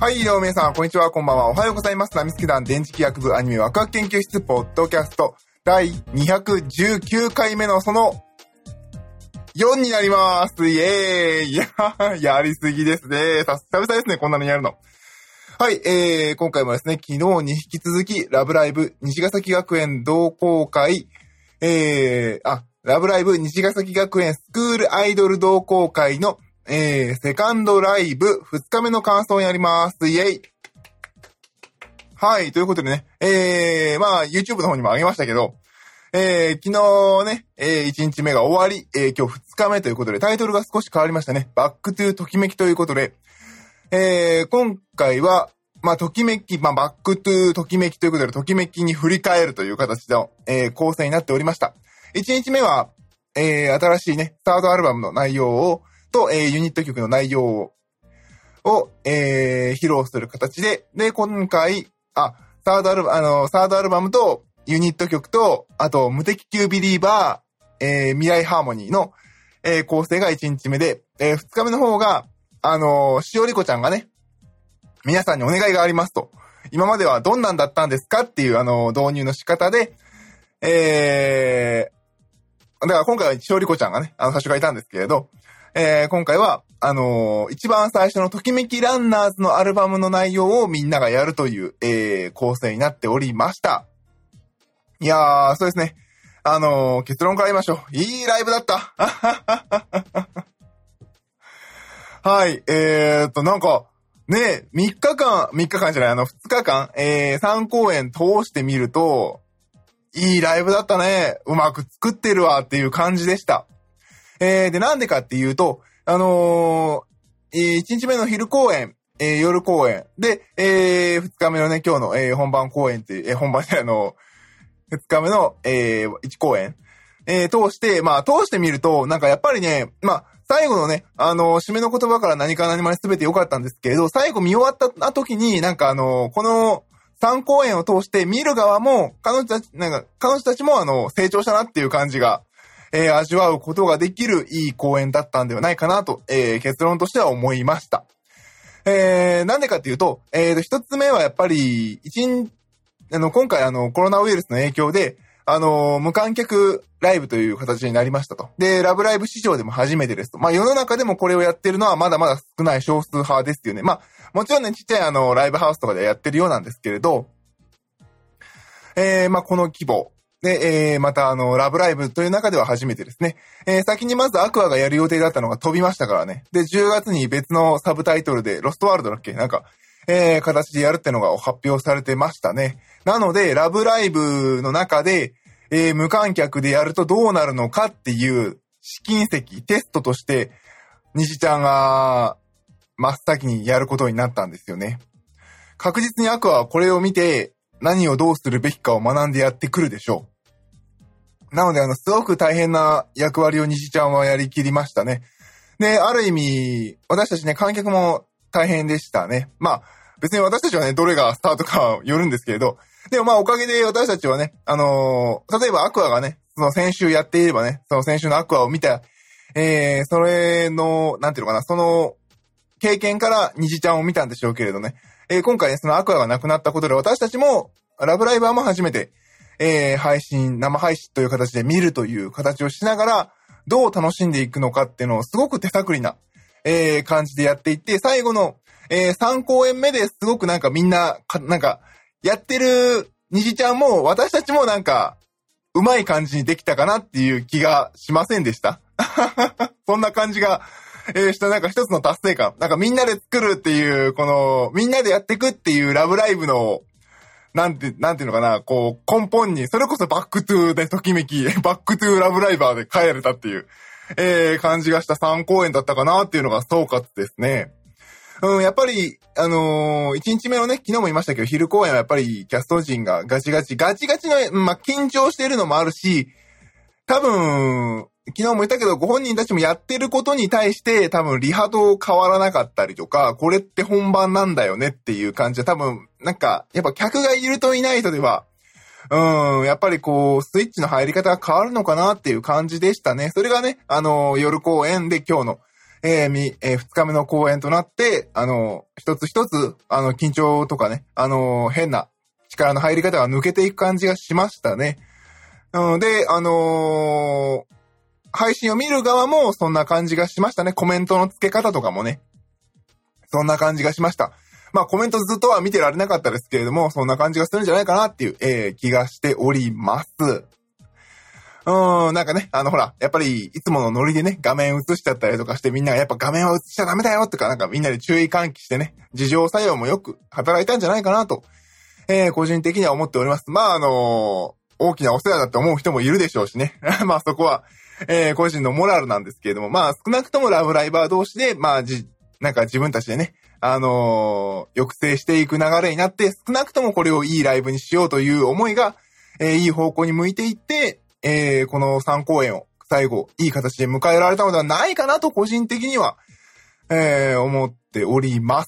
はい、どうも皆さん、こんにちは、こんばんは。おはようございます。ナミスケ団電磁気学部アニメワクワク研究室ポッドキャスト第219回目のその4になります。イエーイ。やりすぎですね。久々ですね、こんなのやるの。はい、今回もですね、昨日に引き続き、ラブライブ虹ヶ崎学園同好会、ラブライブ虹ヶ崎学園スクールアイドル同好会のセカンドライブ2日目の感想をやります。イェイ。はい、ということでね、YouTube の方にもあげましたけど、昨日ね、1日目が終わり、今日2日目ということで、タイトルが少し変わりましたね。バックトゥときめきということで、今回は、ときめき、バックトゥときめきということで、ときめきに振り返るという形の、構成になっておりました。1日目は、新しいね、サードアルバムの内容を、と、ユニット曲の内容を、披露する形で、で、今回、サードアルバムと、ユニット曲と、あと、無敵級ビリーバー、未来ハーモニーの、構成が1日目で、2日目の方が、しおりこちゃんがね、皆さんにお願いがありますと。今まではどんなんだったんですかっていう、導入の仕方で、だから今回はしおりこちゃんがね、最初からいたんですけれど、今回は、一番最初のときめきランナーズのアルバムの内容をみんながやるという、構成になっておりました。いやー、そうですね。結論から言いましょう。いいライブだった。はい、なんか、ね、3日間じゃない、2日間、3公演通してみると、いいライブだったね。うまく作ってるわっていう感じでした。で、なんでかっていうと、1日目の昼公演、夜公演、で、2日目のね、今日の、本番公演っていう、本番で2日目の、1公演、通してみると、なんかやっぱりね、最後のね、締めの言葉から何から何まで全て良かったんですけれど、最後見終わった時に、なんかこの3公演を通して見る側も、彼女たちも成長したなっていう感じが、味わうことができるいい公演だったんではないかなと、結論としては思いました。なんでかっていうと、一つ目はやっぱり、今回コロナウイルスの影響で、無観客ライブという形になりましたと。で、ラブライブ史上でも初めてですと。世の中でもこれをやってるのはまだまだ少ない少数派ですよね。もちろんね、ちっちゃいライブハウスとかでやってるようなんですけれど、この規模。で、またラブライブという中では初めてですね。先にまずアクアがやる予定だったのが飛びましたからね。で、10月に別のサブタイトルで、ロストワールドだっけなんか、形でやるってのが発表されてましたね。なので、ラブライブの中で、無観客でやるとどうなるのかっていう試金石、テストとして、西ちゃんが真っ先にやることになったんですよね。確実にアクアはこれを見て、何をどうするべきかを学んでやってくるでしょう。なので、すごく大変な役割を西ちゃんはやりきりましたね。で、ある意味、私たちね、観客も大変でしたね。別に私たちはね、どれがスタートかよるんですけれど、でもおかげで私たちはね、例えばアクアがね、その先週やっていればね、その先週のアクアを見た、それの、なんていうのかな、その経験から虹ちゃんを見たんでしょうけれどね、今回ね、そのアクアがなくなったことで私たちも、ラブライバーも初めて、生配信という形で見るという形をしながら、どう楽しんでいくのかっていうのをすごく手探りな、感じでやっていって、最後の、3公演目ですごくなんかみんな、やってる虹ちゃんも私たちもなんか、うまい感じにできたかなっていう気がしませんでしたそんな感じが、したなんか一つの達成感。なんかみんなで作るっていう、この、みんなでやっていくっていうラブライブの、なんていうのかな、こう、根本に、それこそバックトゥーでときめき、バックトゥーラブライバーで帰れたっていう、感じがした3公演だったかなっていうのが総括ですね。やっぱり、1日目のね、昨日も言いましたけど、昼公演はやっぱりキャスト陣がガチガチの、緊張しているのもあるし、多分、昨日も言ったけど、ご本人たちもやってることに対して、多分リハと変わらなかったりとか、これって本番なんだよねっていう感じで、多分、なんか、やっぱ客がいるといないとでは、やっぱりこう、スイッチの入り方が変わるのかなっていう感じでしたね。それがね、夜公演で今日の、 2日目の公演となって、一つ一つ、緊張とかね、変な力の入り方が抜けていく感じがしましたね。で、配信を見る側もそんな感じがしましたね。コメントの付け方とかもね。そんな感じがしました。まあコメントずっとは見てられなかったですけれども、そんな感じがするんじゃないかなっていう、気がしております。なんかね、ほら、やっぱりいつものノリでね、画面映しちゃったりとかしてみんながやっぱ画面は映しちゃダメだよとかなんかみんなで注意喚起してね、自浄作用もよく働いたんじゃないかなと、個人的には思っております。まあ大きなお世話だって思う人もいるでしょうしね。まあそこは、個人のモラルなんですけれども、まあ少なくともラブライバー同士で、まあなんか自分たちでね、抑制していく流れになって、少なくともこれをいいライブにしようという思いが、いい方向に向いていって、この3公演を最後、いい形で迎えられたのではないかなと個人的には、思っております。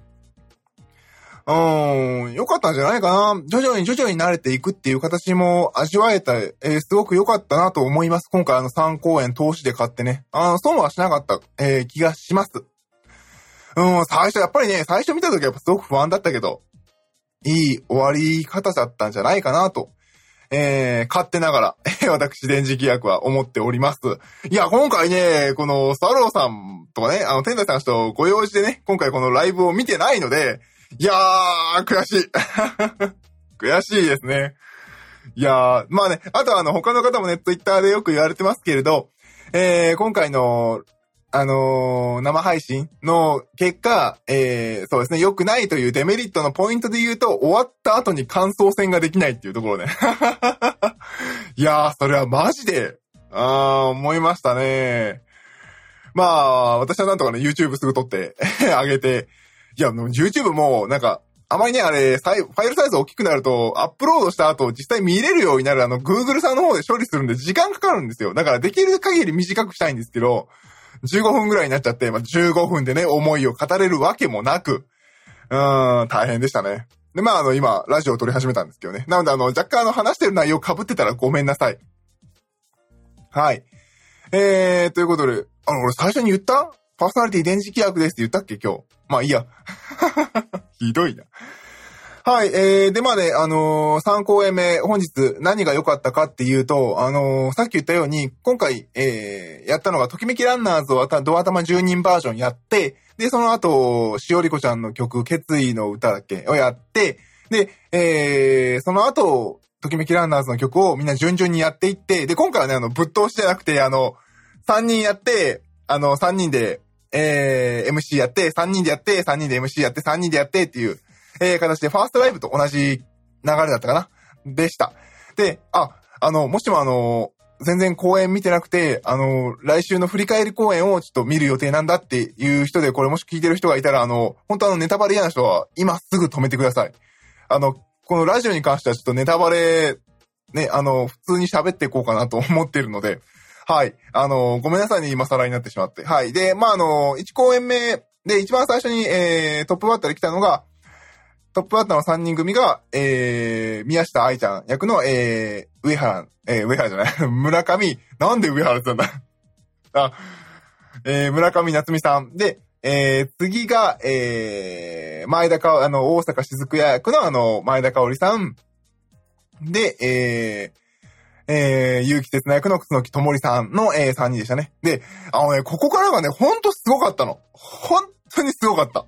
良かったんじゃないかな。徐々に慣れていくっていう形も味わえた、すごく良かったなと思います。今回3公演投資で買ってね、損はしなかった、気がします。最初やっぱりね、最初見た時はやっぱすごく不安だったけど、いい終わり方だったんじゃないかなと、勝手ながら、私、電磁気役は思っております。いや、今回ね、この、スワローさんとかね、天台さんとご用事でね、今回このライブを見てないので、いやー、悔しい。悔しいですね。いやー、まあね、あと他の方もね、ツイッターでよく言われてますけれど、今回の、生配信の結果、そうですね、良くないというデメリットのポイントで言うと、終わった後に感想戦ができないっていうところね。いやー、それはマジで、思いましたね。まあ、私はなんとかね、YouTube すぐ撮って、上げて、いや、YouTube も、なんか、あまりね、あれ、ファイルサイズ大きくなると、アップロードした後、実際見れるようになるGoogle さんの方で処理するんで時間かかるんですよ。だからできる限り短くしたいんですけど、15分ぐらいになっちゃって、まあ、15分でね、思いを語れるわけもなく、大変でしたね。で、まあ、今、ラジオを撮り始めたんですけどね。なので、若干話してる内容被ってたらごめんなさい。はい。ということで、俺最初に言ったパーソナリティ電磁気役ですって言ったっけ今日。まあいいや。ひどいな。はい、で、まあね、3公演目、本日何が良かったかっていうと、さっき言ったように、今回、やったのが、ときめきランナーズをドア玉10人バージョンやって、で、その後、しおりこちゃんの曲、決意の歌だっけをやって、で、その後、ときめきランナーズの曲をみんな順々にやっていって、で、今回はね、ぶっ通しじゃなくて、3人やって、3人で、MC やって、3人でやって、3人で MC やって、3人でやってっていう、形でファーストライブと同じ流れだったかなでした。で、もしも全然公演見てなくて、来週の振り返り公演をちょっと見る予定なんだっていう人で、これもし聞いてる人がいたら、本当ネタバレ嫌な人は今すぐ止めてください。このラジオに関してはちょっとネタバレ、ね、普通に喋っていこうかなと思ってるので、はい。ごめんなさいね、今更になってしまって。はい。で、まあ、1公演目で一番最初に、トップバッターで来たのが、トップバッターの3人組が、宮下愛ちゃん役の、上原じゃない、村上、なんで上原って言ったんだ村上夏美さん。で、次が、前田大阪雫役の前田香織さん。で、結城哲也役の楠木智さんの、3人でしたね。で、ここからがね、ほんとすごかったの。本当にすごかった。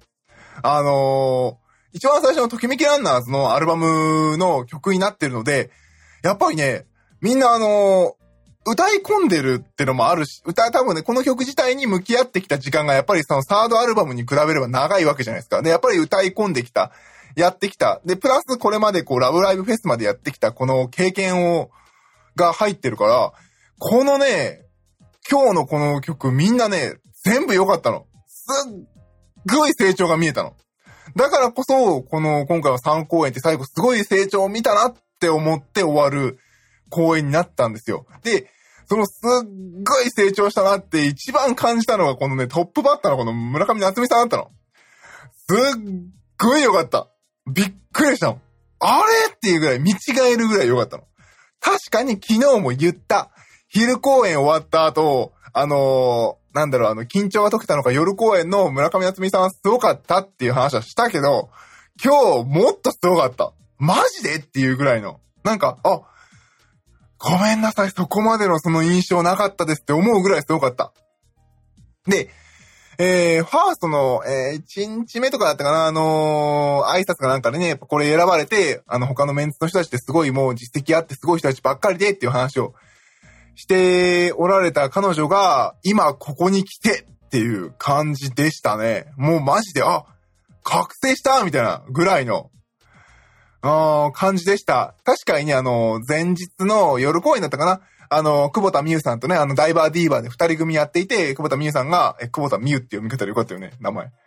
一番最初のときめきランナーズのアルバムの曲になってるので、やっぱりね、みんな歌い込んでるってのもあるし、多分ね、この曲自体に向き合ってきた時間がやっぱりそのサードアルバムに比べれば長いわけじゃないですか。で、やっぱり歌い込んできた、やってきた。で、プラスこれまでラブライブフェスまでやってきたこの経験が入ってるから、このね、今日のこの曲みんなね、全部良かったの。すっごい成長が見えたの。だからこそ、今回の3公演って最後すごい成長を見たなって思って終わる公演になったんですよ。で、そのすっごい成長したなって一番感じたのがこのね、トップバッターのこの村上夏美さんだったの。すっごい良かった。びっくりしたの。あれっていうぐらい、見違えるぐらい良かったの。確かに昨日も言った。昼公演終わった後、 緊張が解けたのか夜公演の村上夏美さんはすごかったっていう話はしたけど、今日もっとすごかった。マジでっていうぐらいの。なんか、ごめんなさい、そこまでのその印象なかったですって思うぐらいすごかった。で、ファーストの、1日目とかだったかな、挨拶かなんかでね、これ選ばれて、他のメンツの人たちってすごいもう実績あってすごい人たちばっかりでっていう話をしておられた彼女が、今ここに来てっていう感じでしたね。もうマジで、覚醒したみたいなぐらいの、感じでした。確かにね、前日の夜公演だったかな。久保田美優さんとね、ダイバーディーバーで二人組やっていて、久保田美優さんが、久保田美優っていう読み方でよかったよね、名前。ち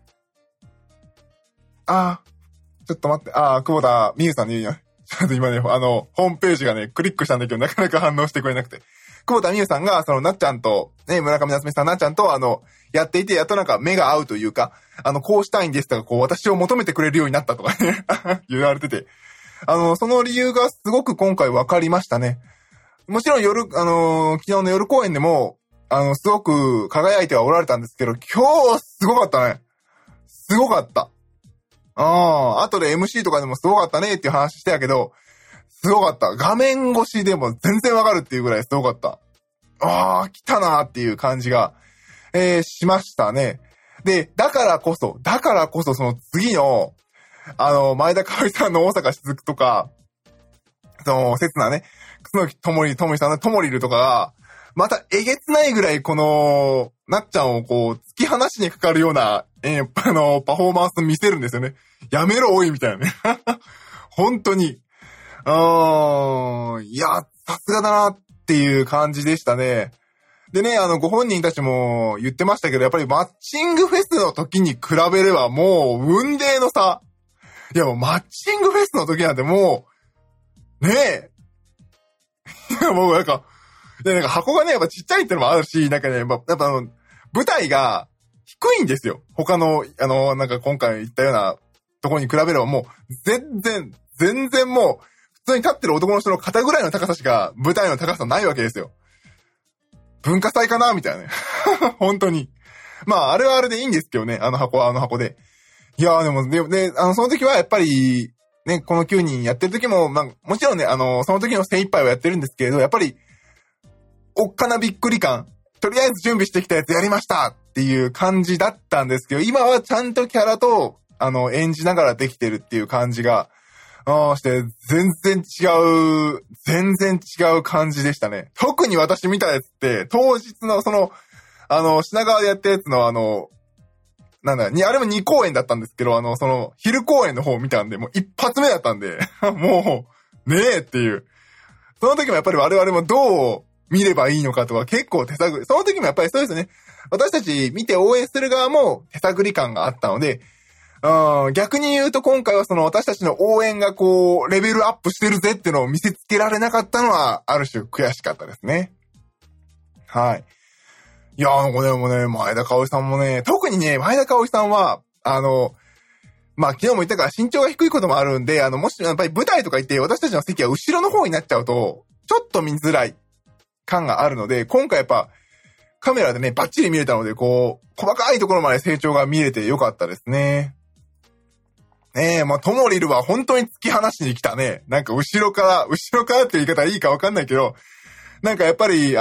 ょっと待って、久保田美優さんでいいよ。ちょっと今ね、ホームページがね、クリックしたんだけど、なかなか反応してくれなくて。久保田美優さんが、なっちゃんと、ね、村上夏美さん、なっちゃんと、やっていて、やっとなんか目が合うというか、こうしたいんですとか、こう、私を求めてくれるようになったとかね、言われてて。その理由がすごく今回分かりましたね。もちろん昨日の夜公演でも、すごく輝いてはおられたんですけど、今日すごかったね。すごかった。後で MC とかでもすごかったねっていう話してたけど、すごかった。画面越しでも全然わかるっていうぐらいすごかった。来たなーっていう感じが、しましたね。で、だからこそその次の、前田香織さんの大阪雫とか、刹那ね、楠木ともりさんのともりるとかが、またえげつないぐらいこの、なっちゃんをこう、突き放しにかかるような、パフォーマンス見せるんですよね。やめろ、おい、みたいなね。本当に。いや、さすがだなっていう感じでしたね。でね、ご本人たちも言ってましたけど、やっぱりマッチングフェスの時に比べればもう、雲泥の差。いやもうマッチングフェスの時なんてもう、ねえ。いやもうなんか箱がね、やっぱちっちゃいってのもあるし、なんかね、やっぱ舞台が低いんですよ。他の、なんか今回言ったようなところに比べればもう、全然もう、普通に立ってる男の人の肩ぐらいの高さしか舞台の高さないわけですよ。文化祭かなみたいなね。本当に。まあ、あれはあれでいいんですけどね、あの箱はあの箱で。いやーでも、その時はやっぱり、ね、この9人やってる時も、まあ、もちろんね、その時の精一杯はやってるんですけれど、やっぱり、おっかなびっくり感、とりあえず準備してきたやつやりましたっていう感じだったんですけど、今はちゃんとキャラと、演じながらできてるっていう感じが、して、全然違う感じでしたね。特に私見たやつって、当日の品川でやったやつのあれも2公演だったんですけど、昼公演の方を見たんで、もう一発目だったんで、もう、ねえっていう。その時もやっぱり我々もどう見ればいいのかとか結構手探り。その時もやっぱりそうですね。私たち見て応援する側も手探り感があったので、逆に言うと今回は私たちの応援がこう、レベルアップしてるぜってのを見せつけられなかったのは、ある種悔しかったですね。はい。いやー、でもね、前田香織さんもね、特にね、前田香織さんは、まあ、昨日も言ったから身長が低いこともあるんで、もしやっぱり舞台とか行って私たちの席は後ろの方になっちゃうと、ちょっと見づらい感があるので、今回やっぱ、カメラでね、バッチリ見れたので、こう、細かいところまで成長が見れてよかったですね。まあ、ともりるは本当に突き放しに来たね。なんか後ろからっていう言い方いいかわかんないけど、なんかやっぱり、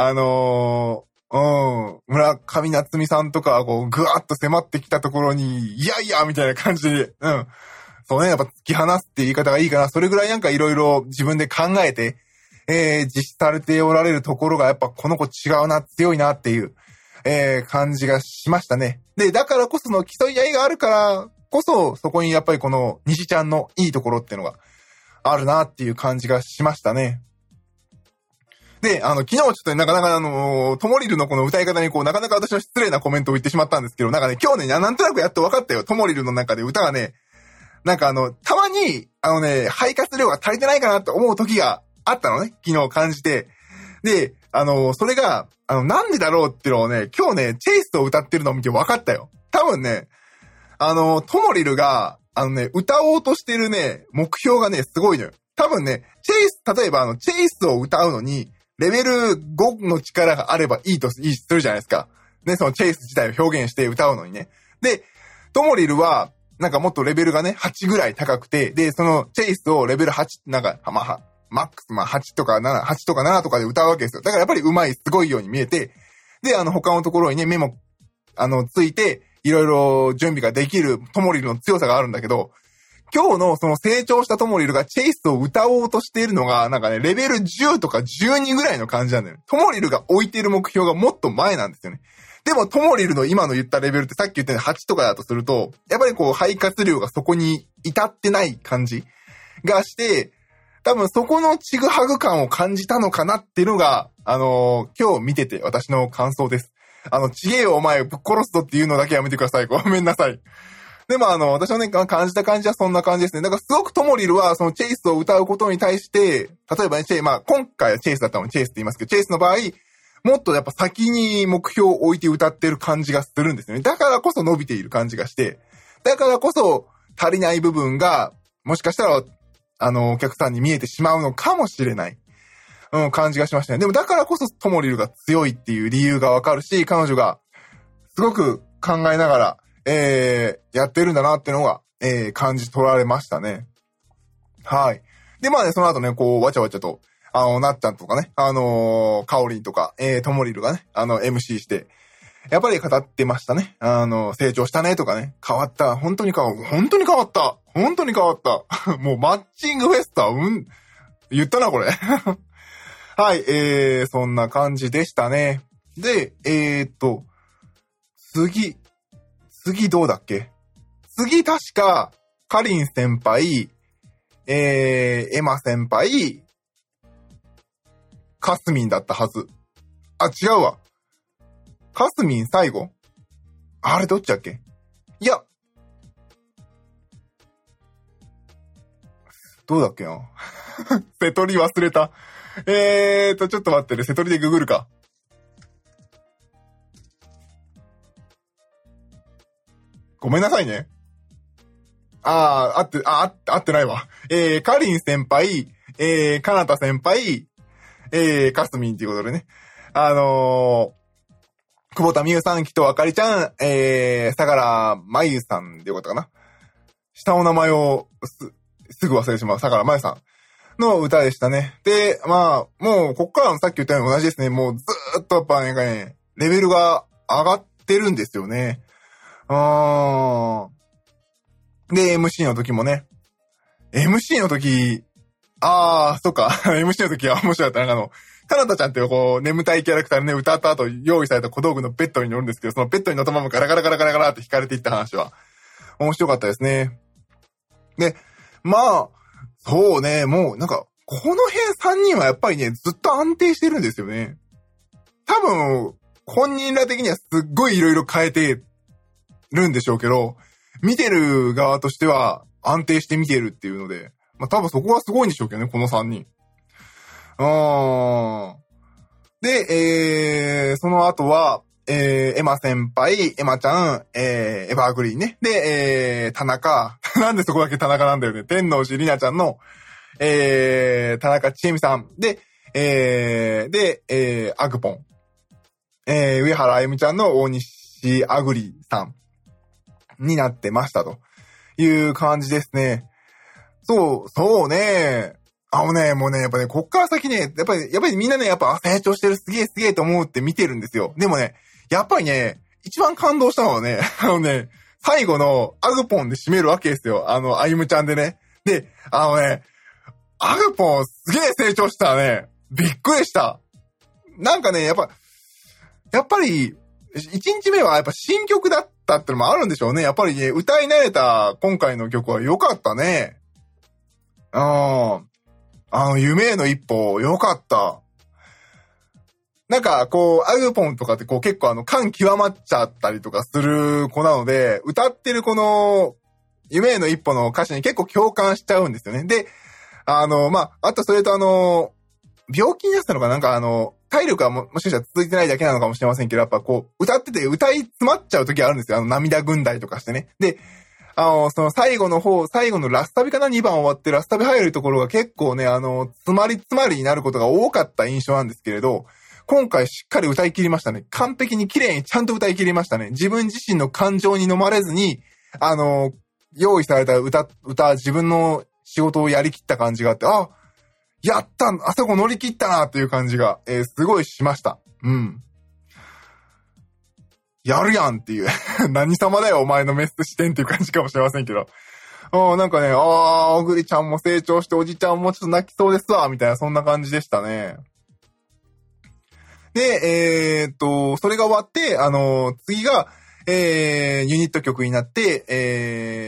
村上夏美さんとか、こう、ぐわーっと迫ってきたところに、いやいやみたいな感じで、そうね、やっぱ突き放すって言い方がいいかな。それぐらいなんかいろいろ自分で考えて、実施されておられるところが、やっぱこの子違うな、強いなっていう、感じがしましたね。で、だからこその競い合いがあるからこそ、そこにやっぱりこの西ちゃんのいいところっていうのがあるなっていう感じがしましたね。で、昨日ちょっとね、なかなかともりるのこの歌い方にこう、なかなか私の失礼なコメントを言ってしまったんですけど、なんかね、今日ね、なんとなくやっと分かったよ。ともりるの中で歌がね、なんかたまに、肺活量が足りてないかなって思う時があったのね。昨日感じて。で、それが、なんでだろうっていうのをね、今日ね、チェイスを歌ってるのを見て分かったよ。多分ね、ともりるが、歌おうとしてるね、目標がね、すごいのよ。多分ね、例えばチェイスを歌うのに、 レベル5の力があればいいとするじゃないですか。ね、そのチェイス自体を表現して歌うのにね。で、トモリルは、なんかもっとレベルがね、8ぐらい高くて、で、そのチェイスをレベル8、なんか、まあ、マックス、まあ8とか8とか7とかで歌うわけですよ。だからやっぱり上手い、すごいように見えて、で、他のところにね、メモ、ついて、いろいろ準備ができるトモリルの強さがあるんだけど、今日のその成長したトモリルがチェイスを歌おうとしているのが、なんかね、レベル10とか12ぐらいの感じなんだよね。トモリルが置いている目標がもっと前なんですよね。でもトモリルの今の言ったレベルってさっき言ったように8とかだとすると、やっぱりこう肺活量がそこに至ってない感じがして、多分そこのちぐはぐ感を感じたのかなっていうのが、今日見てて私の感想です。ちげえよお前ぶっ殺すぞっていうのだけやめてください。ごめんなさい。でも私のね、感じた感じはそんな感じですね。だからすごくトモリルはそのチェイスを歌うことに対して、例えばね、まあ今回はチェイスだったのにチェイスって言いますけど、チェイスの場合、もっとやっぱ先に目標を置いて歌ってる感じがするんですよね。だからこそ伸びている感じがして、だからこそ足りない部分が、もしかしたら、お客さんに見えてしまうのかもしれない。感じがしましたね。でもだからこそトモリルが強いっていう理由がわかるし、彼女がすごく考えながら、やってるんだなっていうのが、感じ取られましたね。はい。で、まあね、その後ね、こう、わちゃわちゃと、なっちゃんとかね、カオリンとか、トモリルがね、MC して、やっぱり語ってましたね。成長したねとかね、変わった。本当に変わった。本当に変わった。もうマッチングフェスタ、言ったな、これ。はい、そんな感じでしたね。で、次どうだっけ？次確か、カリン先輩、エマ先輩、カスミンだったはず。あ、違うわ。カスミン最後？あれどっちだっけ？いや。どうだっけな。セトリ忘れた。ちょっと待ってね。セトリでググるか。ごめんなさいね。合ってないわ。カリン先輩、カナタ先輩、カスミンっていうことでね。久保田美優さん、木戸あかりちゃん、相良真由さんっていうことかな。下の名前をすぐ忘れてしまう。相良真由さんの歌でしたね。で、まあ、もう、こっからもさっき言ったように同じですね。もうずーっとやっぱね、レベルが上がってるんですよね。で、MC の時もね。MC の時、そっか。MC の時は面白かった。カナタちゃんってこう、眠たいキャラクターでね、歌った後用意された小道具のベッドに乗るんですけど、そのベッドに乗ったままガラガラガラガラガラって引かれていった話は、面白かったですね。で、まあ、そうね、もうなんか、この辺3人はやっぱりね、ずっと安定してるんですよね。多分、本人ら的にはすっごいいろいろ変えてるんでしょうけど、見てる側としては安定して見てるっていうので、まあ多分そこはすごいんでしょうけどね、この3人。で、その後は、エマ先輩、エマちゃん、エバーグリーンね。で、田中。なんでそこだけ田中なんだよね。天王寺里奈ちゃんの、田中千恵美さん。で、アグポン。上原あゆみちゃんの大西アグリさんになってましたという感じですね。そうね。もうね、やっぱね、こっから先ね、やっぱりみんなね、やっぱ成長してるすげえと思うって見てるんですよ。でもね、やっぱりね、一番感動したのはね、最後のアグポンで締めるわけですよ。あゆむちゃんでね。で、アグポンすげえ成長したね。びっくりした。なんかね、やっぱり、1日目はやっぱ新曲だったってのもあるんでしょうね。やっぱりね、歌い慣れた今回の曲は良かったね。夢への一歩、良かった。なんか、こう、アグポンとかってこう結構感極まっちゃったりとかする子なので、歌ってるこの、夢への一歩の歌詞に結構共感しちゃうんですよね。で、あとそれと病気になったのかなんか体力はもしかしたら続いてないだけなのかもしれませんけど、やっぱこう、歌ってて歌い詰まっちゃう時あるんですよ。涙ぐんだりとかしてね。で、 その最後のラスサビかな ?2 番終わってラスサビ入るところが結構ね、詰まりになることが多かった印象なんですけれど、今回しっかり歌い切りましたね。完璧に綺麗にちゃんと歌い切りましたね。自分自身の感情に飲まれずに、用意された歌、自分の仕事をやり切った感じがあって、あ、やったあそこ乗り切ったなっていう感じが、すごいしました。うん。やるやんっていう。何様だよお前のメス視点っていう感じかもしれませんけど。なんかね、小栗ちゃんも成長しておじちゃんもちょっと泣きそうですわ、みたいなそんな感じでしたね。で、それが終わって、次が、ユニット曲になって、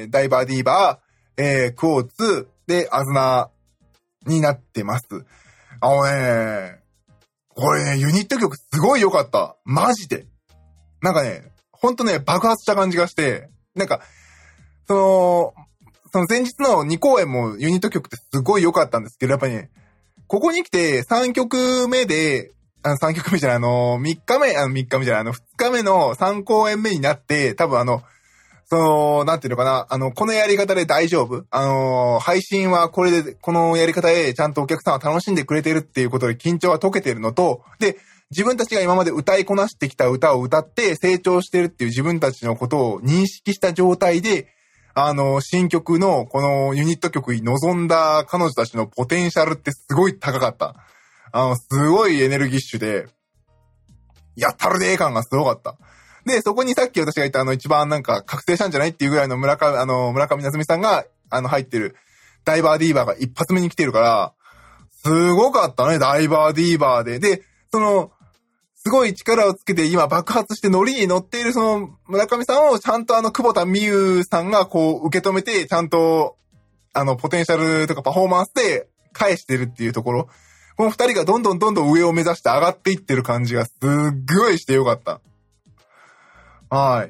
ダイバーディーバー、クォーツ、で、アズナになってます。これね、ユニット曲すごい良かった。マジで。なんかね、ほんとね、爆発した感じがして、なんか、その前日の2公演もユニット曲ってすごい良かったんですけど、やっぱりね、ここに来て3曲目で、3曲目じゃない、3日目じゃない、2日目の3公演目になって、多分なんていうのかな、このやり方で大丈夫？配信はこれで、このやり方でちゃんとお客さんは楽しんでくれてるっていうことで緊張は解けてるのと、で、自分たちが今まで歌いこなしてきた歌を歌って成長してるっていう自分たちのことを認識した状態で、新曲のこのユニット曲に臨んだ彼女たちのポテンシャルってすごい高かった。すごいエネルギッシュで、やったるでー感がすごかった。で、そこにさっき私が言った一番なんか覚醒したんじゃないっていうぐらいの村上夏美さんが、入ってるダイバーディーバーが一発目に来てるから、すごかったね、ダイバーディーバーで。で、すごい力をつけて今爆発してノリに乗っているその村上さんをちゃんと久保田美優さんがこう受け止めて、ちゃんとポテンシャルとかパフォーマンスで返してるっていうところ。この二人がどんどん上を目指して上がっていってる感じがすっごいしてよかった。はい。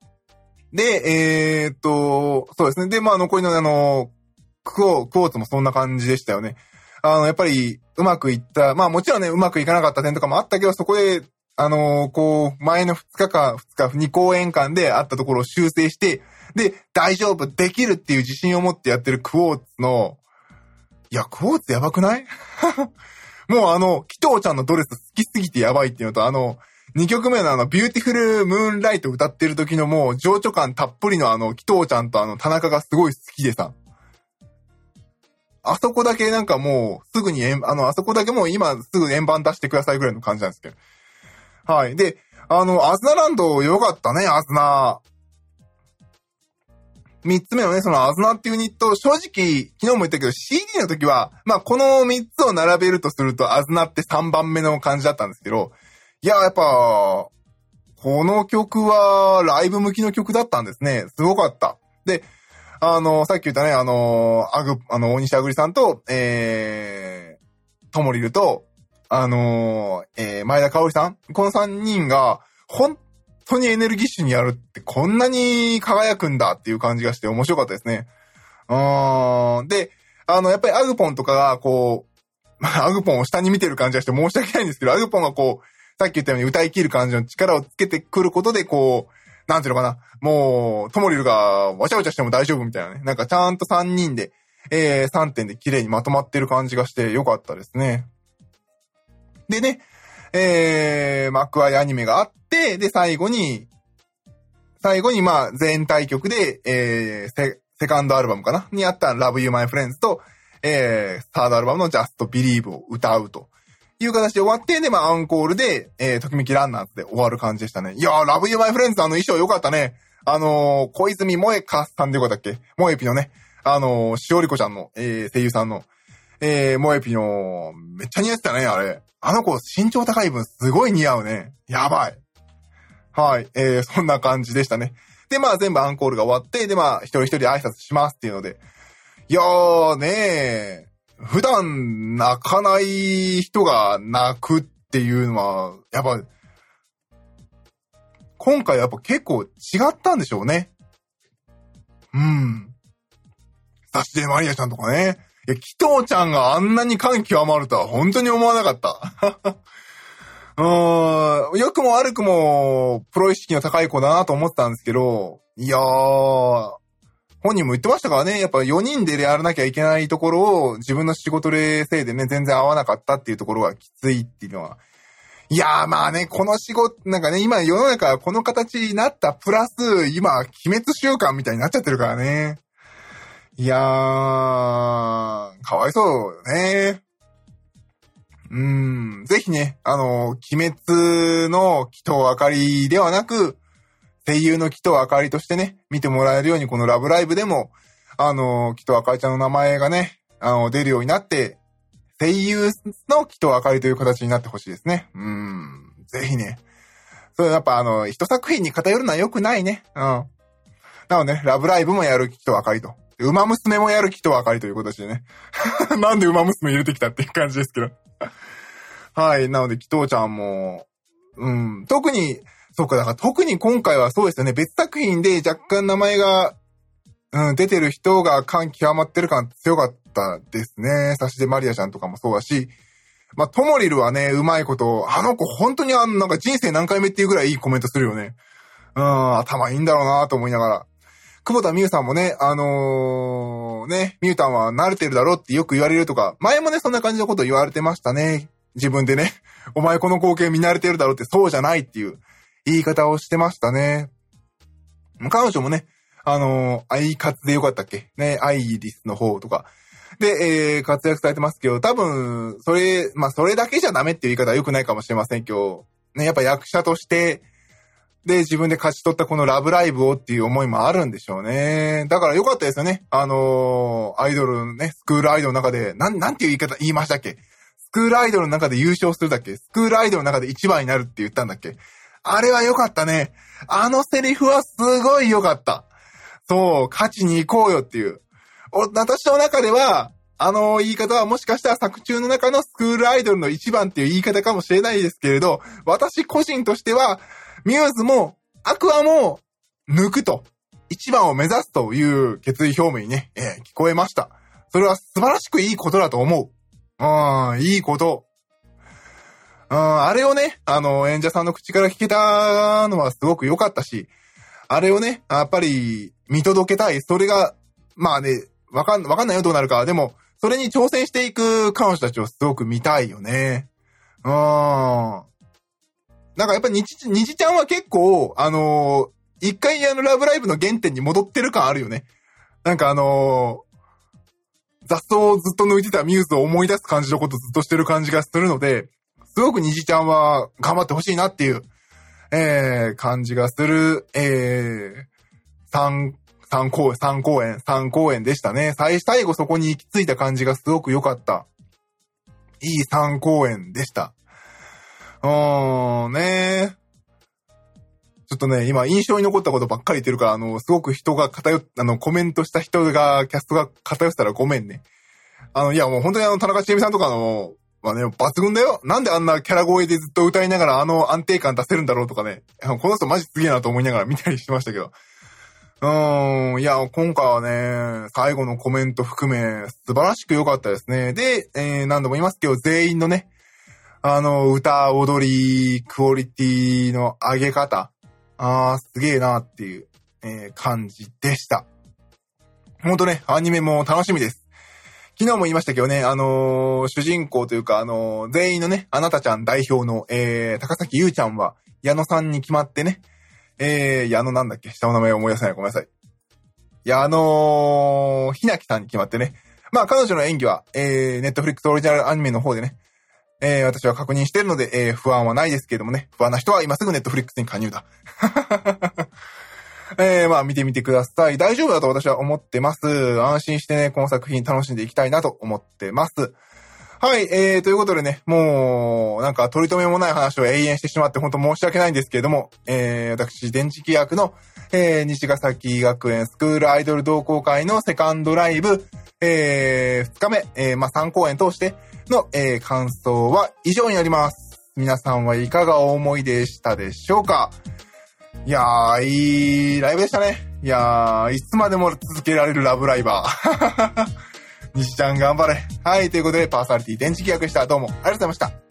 で、そうですね。で、残りのクォーツもそんな感じでしたよね。やっぱり、うまくいった、もちろんね、うまくいかなかった点とかもあったけど、そこで、前の2公演間であったところを修正して、で、大丈夫、できるっていう自信を持ってやってるクォーツの、いや、クォーツやばくないもうキトーちゃんのドレス好きすぎてやばいっていうのと、2曲目のビューティフルムーンライト歌ってる時のもう情緒感たっぷりのキトーちゃんと田中がすごい好きでさ。あそこだけなんかもうすぐにあそこだけもう今すぐ円盤出してくださいぐらいの感じなんですけど。はい。で、アズナランド良かったね、アズナ。3つ目のね、そのアズナっていうユニット、正直、昨日も言ったけど CD の時は、この3つを並べるとするとアズナって3番目の感じだったんですけど、いや、やっぱ、この曲はライブ向きの曲だったんですね。すごかった。で、さっき言ったね、大西あぐりさんと、ともりると、前田香織さん、この3人が、本当にエネルギッシュにやるってこんなに輝くんだっていう感じがして面白かったですね。で、やっぱりアグポンとかが、こう、アグポンを下に見てる感じがして申し訳ないんですけど、アグポンがこう、さっき言ったように歌い切る感じの力をつけてくることで、こう、なんていうのかな、もう、ともりるがわちゃわちゃしても大丈夫みたいなね。なんかちゃんと3人で、3点で綺麗にまとまってる感じがしてよかったですね。でね、幕開アニメがあって、で、最後に全体曲で、セカンドアルバムかなにあった Love You My Friends と、サードアルバムの Just Believe を歌うという形で終わって、で、アンコールで、ときめきランナーズで終わる感じでしたね。いやー、Love You My Friends 衣装良かったね。小泉萌香さんでよかったっけ？萌えぴのね、しおりこちゃんの、声優さんの、萌えぴの、めっちゃ似合ってたね、あれ。あの子身長高い分すごい似合うね。やばい。はい、そんな感じでしたね。で、全部アンコールが終わって、で、一人一人挨拶しますっていうので。いやーねー、普段泣かない人が泣くっていうのは、やっぱ、今回やっぱ結構違ったんでしょうね。サシデマリアちゃんとかね。いや、キトーちゃんがあんなに感極まるとは本当に思わなかった。良くも悪くもプロ意識の高い子だなと思ってたんですけど、いやー、 本人も言ってましたからね、やっぱ4人でやらなきゃいけないところを自分の仕事でせいでね、全然合わなかったっていうところがきついっていうのは。いやーまあね、この仕事、なんかね、今世の中はこの形になったプラス、今、鬼滅習慣みたいになっちゃってるからね。いやー、かわいそうね。ぜひね、鬼滅の鬼頭あかりではなく、声優の鬼頭あかりとしてね、見てもらえるように、このラブライブでも、鬼頭あかりちゃんの名前がね、出るようになって、声優の鬼頭あかりという形になってほしいですね。ぜひね。それやっぱ一作品に偏るのは良くないね。なのでね、ラブライブもやる鬼頭あかりと。ウマ娘もやる鬼頭あかりという形でね。なんでウマ娘入れてきたっていう感じですけど。はい。なので、鬼頭ちゃんも、特に今回はそうですよね。別作品で若干名前が、出てる人が感極まってる感強かったですね。サシデマリアちゃんとかもそうだし、まあ、ともりるはね、うまいこと、あの子本当になんか人生何回目っていうぐらいいいコメントするよね。頭いいんだろうなと思いながら。久保田美優さんもね、ミュータンは慣れてるだろうってよく言われるとか、前もね、そんな感じのこと言われてましたね。自分でね、お前この光景見慣れてるだろうってそうじゃないっていう言い方をしてましたね。彼女もね、アイカツでよかったっけね、アイリスの方とか。で、活躍されてますけど、多分、それだけじゃダメっていう言い方は良くないかもしれませんけど、ね、やっぱ役者として、で、自分で勝ち取ったこのラブライブをっていう思いもあるんでしょうね。だから良かったですよね。アイドルね、スクールアイドルの中で、なんていう言いましたっけ？スクールアイドルの中で優勝するだっけ？スクールアイドルの中で一番になるって言ったんだっけ？あれは良かったね。あのセリフはすごい良かった。そう、勝ちに行こうよっていう。私の中では、言い方はもしかしたら作中の中のスクールアイドルの一番っていう言い方かもしれないですけれど、私個人としては、ミューズもアクアも抜くと、一番を目指すという決意表明にね、聞こえました。それは素晴らしくいいことだと思う。いいこと。あれをね、演者さんの口から聞けたのはすごく良かったし、あれをね、やっぱり見届けたい。それが、まあね、わかんないよどうなるか。でも、それに挑戦していく彼女たちをすごく見たいよね。なんかやっぱり虹ちゃんは結構、一回ラブライブの原点に戻ってる感あるよね。なんか雑草をずっと抜いてたミューズを思い出す感じのことずっとしてる感じがするので、すごく虹ちゃんは頑張ってほしいなっていう、感じがする、3公演でしたね。最後そこに行き着いた感じがすごく良かった。いい3公演でした。ね。ちょっとね、今印象に残ったことばっかり言ってるから、すごく人がコメントした人が、キャストが偏ってたらごめんね。いやもう本当に田中千恵美さんとかはね、抜群だよ。なんであんなキャラ声でずっと歌いながら安定感出せるんだろうとかね。この人マジすげえなと思いながら見たりしてましたけど。いや、今回はね、最後のコメント含め、素晴らしく良かったですね。で、何度も言いますけど、全員のね、歌、踊り、クオリティの上げ方、すげえなっていう、感じでした。ほんとね、アニメも楽しみです。昨日も言いましたけどね、主人公というか、全員のね、あなたちゃん代表の、高崎優ちゃんは、矢野さんに決まってね、矢野なんだっけ？下の名前思い出せない。ごめんなさい。矢野ひなきさんに決まってね。まあ、彼女の演技は、Netflix オリジナルアニメの方でね、私は確認しているので、不安はないですけれどもね。不安な人は今すぐ Netflix に加入だ。まあ見てみてください。大丈夫だと私は思ってます。安心してね、この作品楽しんでいきたいなと思ってます。はい、ということでね、もう、なんか取り留めもない話を永遠してしまって本当申し訳ないんですけれども、私、電磁気役の、西ヶ崎学園スクールアイドル同好会のセカンドライブ、2日目、まあ3公演通しての、感想は以上になります。皆さんはいかがお思いでしたでしょうか？いやー、いいライブでしたね。いやー、いつまでも続けられるラブライバー。西ちゃん頑張れ。はい、ということでパーソナリティ電磁気役でした。どうもありがとうございました。